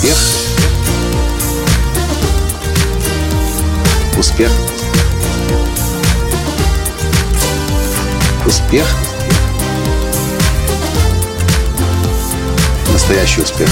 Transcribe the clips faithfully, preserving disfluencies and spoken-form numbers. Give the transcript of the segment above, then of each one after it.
Успех. Успех. Успех. Настоящий успех.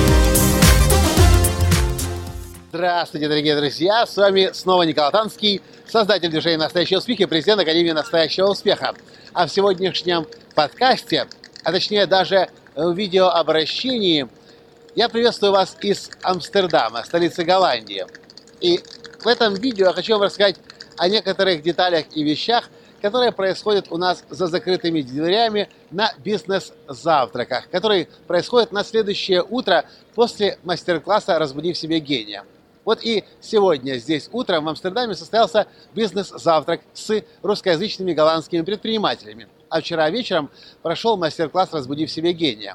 Здравствуйте, дорогие друзья! С вами снова Николай Танский, создатель движения «Настоящий успех» и президент Академии «Настоящего успеха». А в сегодняшнем подкасте, а точнее даже в видеообращении, я приветствую вас из Амстердама, столицы Голландии. И в этом видео я хочу вам рассказать о некоторых деталях и вещах, которые происходят у нас за закрытыми дверями на бизнес-завтраках, которые происходят на следующее утро после мастер-класса «Разбуди в себе гения». Вот и сегодня здесь утром в Амстердаме состоялся бизнес-завтрак с русскоязычными голландскими предпринимателями. А вчера вечером прошел мастер-класс «Разбуди в себе гения».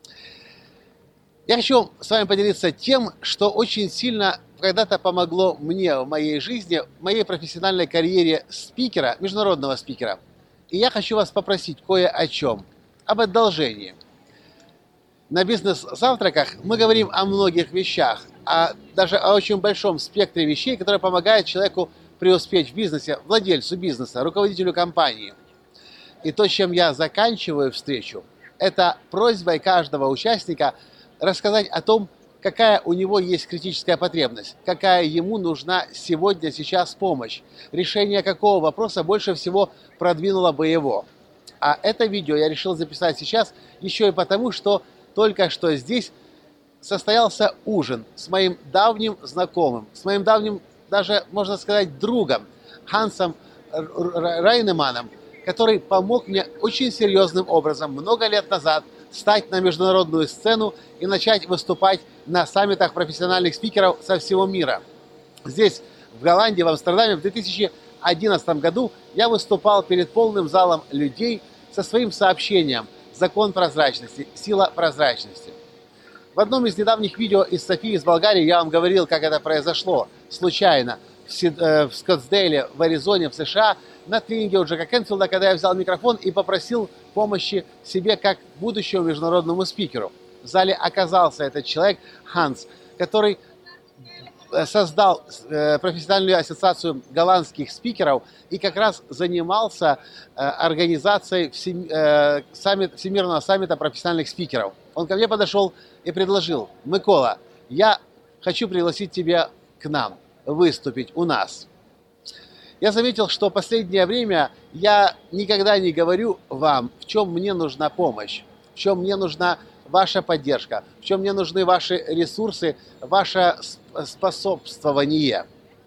Я хочу с вами поделиться тем, что очень сильно когда-то помогло мне в моей жизни, в моей профессиональной карьере спикера, международного спикера. И я хочу вас попросить кое о чем. Об одолжении. На бизнес-завтраках мы говорим о многих вещах, а даже о очень большом спектре вещей, которые помогают человеку преуспеть в бизнесе, владельцу бизнеса, руководителю компании. И то, чем я заканчиваю встречу, это просьбой каждого участника рассказать о том, какая у него есть критическая потребность, какая ему нужна сегодня, сейчас помощь, решение какого вопроса больше всего продвинуло бы его. А это видео я решил записать сейчас еще и потому, что только что здесь состоялся ужин с моим давним знакомым, с моим давним, даже можно сказать, другом Хансом Райнеманом, который помог мне очень серьезным образом много лет назад встать на международную сцену и начать выступать на саммитах профессиональных спикеров со всего мира. Здесь, в Голландии, в Амстердаме, в две тысячи одиннадцатом году я выступал перед полным залом людей со своим сообщением «Закон прозрачности. Сила прозрачности». В одном из недавних видео из Софии, из Болгарии, я вам говорил, как это произошло случайно в, Сид... в Скоттсдейле, в Аризоне, в США, на тренинге у Джека Кенфилда, когда я взял микрофон и попросил помощи себе как будущему международному спикеру. В зале оказался этот человек, Ханс, который создал профессиональную ассоциацию голландских спикеров и как раз занимался организацией Всемирного саммита профессиональных спикеров. Он ко мне подошел и предложил: «Микола, я хочу пригласить тебя к нам, выступить у нас». Я заметил, что в последнее время я никогда не говорю вам, в чем мне нужна помощь, в чем мне нужна ваша поддержка, в чем мне нужны ваши ресурсы, ваше способствование.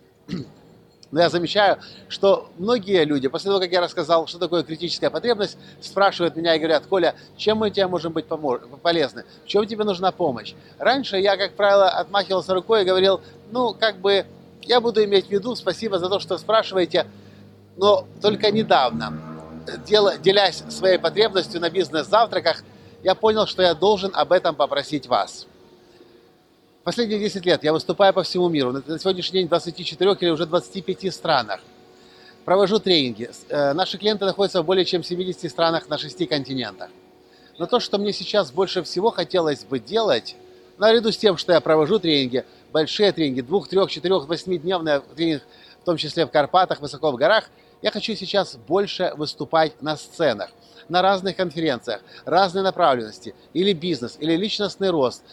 Но я замечаю, что многие люди, после того, как я рассказал, что такое критическая потребность, спрашивают меня и говорят: «Коля, чем мы тебе можем быть полезны? В чем тебе нужна помощь?» Раньше я, как правило, отмахивался рукой и говорил: ну, как бы, я буду иметь в виду, спасибо за то, что спрашиваете, но только недавно, делясь своей потребностью на бизнес-завтраках, я понял, что я должен об этом попросить вас. Последние десять лет я выступаю по всему миру, на сегодняшний день в двадцати четырёх или уже двадцати пяти странах. Провожу тренинги. Наши клиенты находятся в более чем семидесяти странах на шести континентах. Но то, что мне сейчас больше всего хотелось бы делать, наряду с тем, что я провожу тренинги, большие тренинги, двух, трех, четырех, восьмидневные тренинги, в том числе в Карпатах, высоко в горах, я хочу сейчас больше выступать на сценах, на разных конференциях, разной направленности, или бизнес, или личностный рост,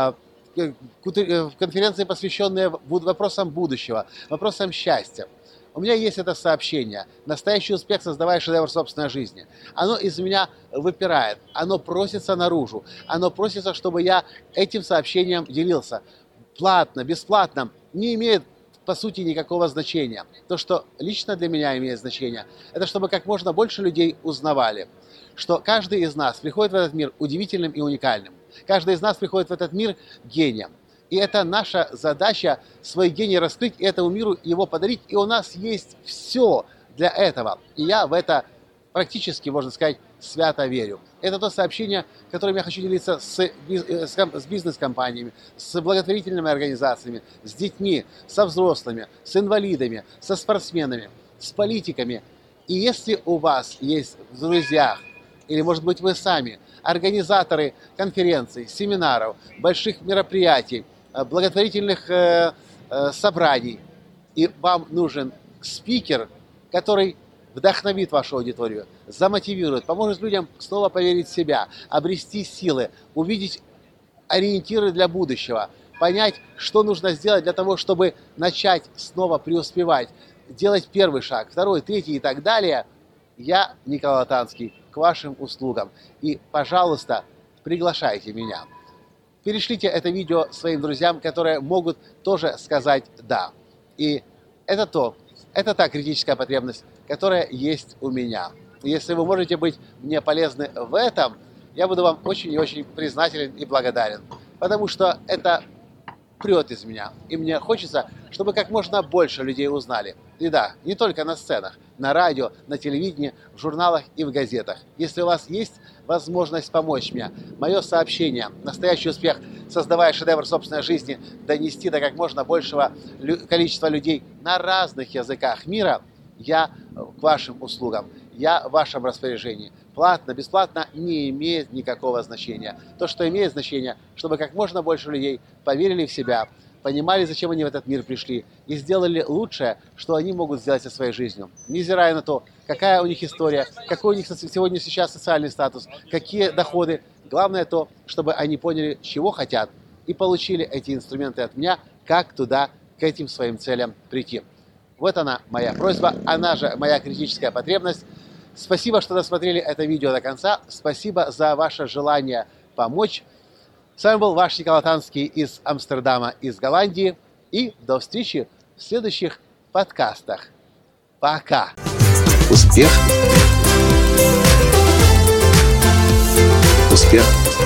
конференции, посвященные вопросам будущего, вопросам счастья. У меня есть это сообщение: настоящий успех, создавая шедевр собственной жизни. Оно из меня выпирает, оно просится наружу, оно просится, чтобы я этим сообщением делился. Платно, бесплатно, не имеет по сути никакого значения. То, что лично для меня имеет значение, это чтобы как можно больше людей узнавали, что каждый из нас приходит в этот мир удивительным и уникальным. Каждый из нас приходит в этот мир гением. И это наша задача — свой гений раскрыть и этому миру его подарить. И у нас есть все для этого. И я в это практически, можно сказать, свято верю. Это то сообщение, которым я хочу делиться с, с бизнес-компаниями, с благотворительными организациями, с детьми, со взрослыми, с инвалидами, со спортсменами, с политиками. И если у вас есть в друзьях, или, может быть, вы сами, организаторы конференций, семинаров, больших мероприятий, э, благотворительных э, э, собраний. И вам нужен спикер, который вдохновит вашу аудиторию, замотивирует, поможет людям снова поверить в себя, обрести силы, увидеть ориентиры для будущего, понять, что нужно сделать для того, чтобы начать снова преуспевать, делать первый шаг, второй, третий и так далее. Я, Николай Латанский, к вашим услугам. И, пожалуйста, приглашайте меня. Перешлите это видео своим друзьям, которые могут тоже сказать «да». И это то, это та критическая потребность, которая есть у меня. Если вы можете быть мне полезны в этом, я буду вам очень и очень признателен и благодарен. Потому что это прет из меня. И мне хочется, чтобы как можно больше людей узнали. И да, не только на сценах, на радио, на телевидении, в журналах и в газетах. Если у вас есть возможность помочь мне, мое сообщение, настоящий успех, создавая шедевр собственной жизни, донести до как можно большего количества людей на разных языках мира, я к вашим услугам, я в вашем распоряжении. Платно, бесплатно не имеет никакого значения. То, что имеет значение, чтобы как можно больше людей поверили в себя, понимали, зачем они в этот мир пришли, и сделали лучшее, что они могут сделать со своей жизнью. Невзирая на то, какая у них история, какой у них сегодня сейчас социальный статус, какие доходы. Главное то, чтобы они поняли, чего хотят, и получили эти инструменты от меня, как туда, к этим своим целям прийти. Вот она, моя просьба, она же моя критическая потребность. Спасибо, что досмотрели это видео до конца. Спасибо за ваше желание помочь. С вами был ваш Николай Латанский из Амстердама, из Голландии. И до встречи в следующих подкастах. Пока! Успех! Успех!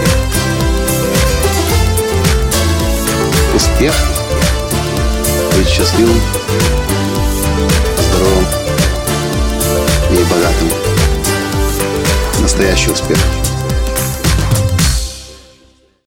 Успех! Быть счастливым, здоровым и богатым. Настоящий успех!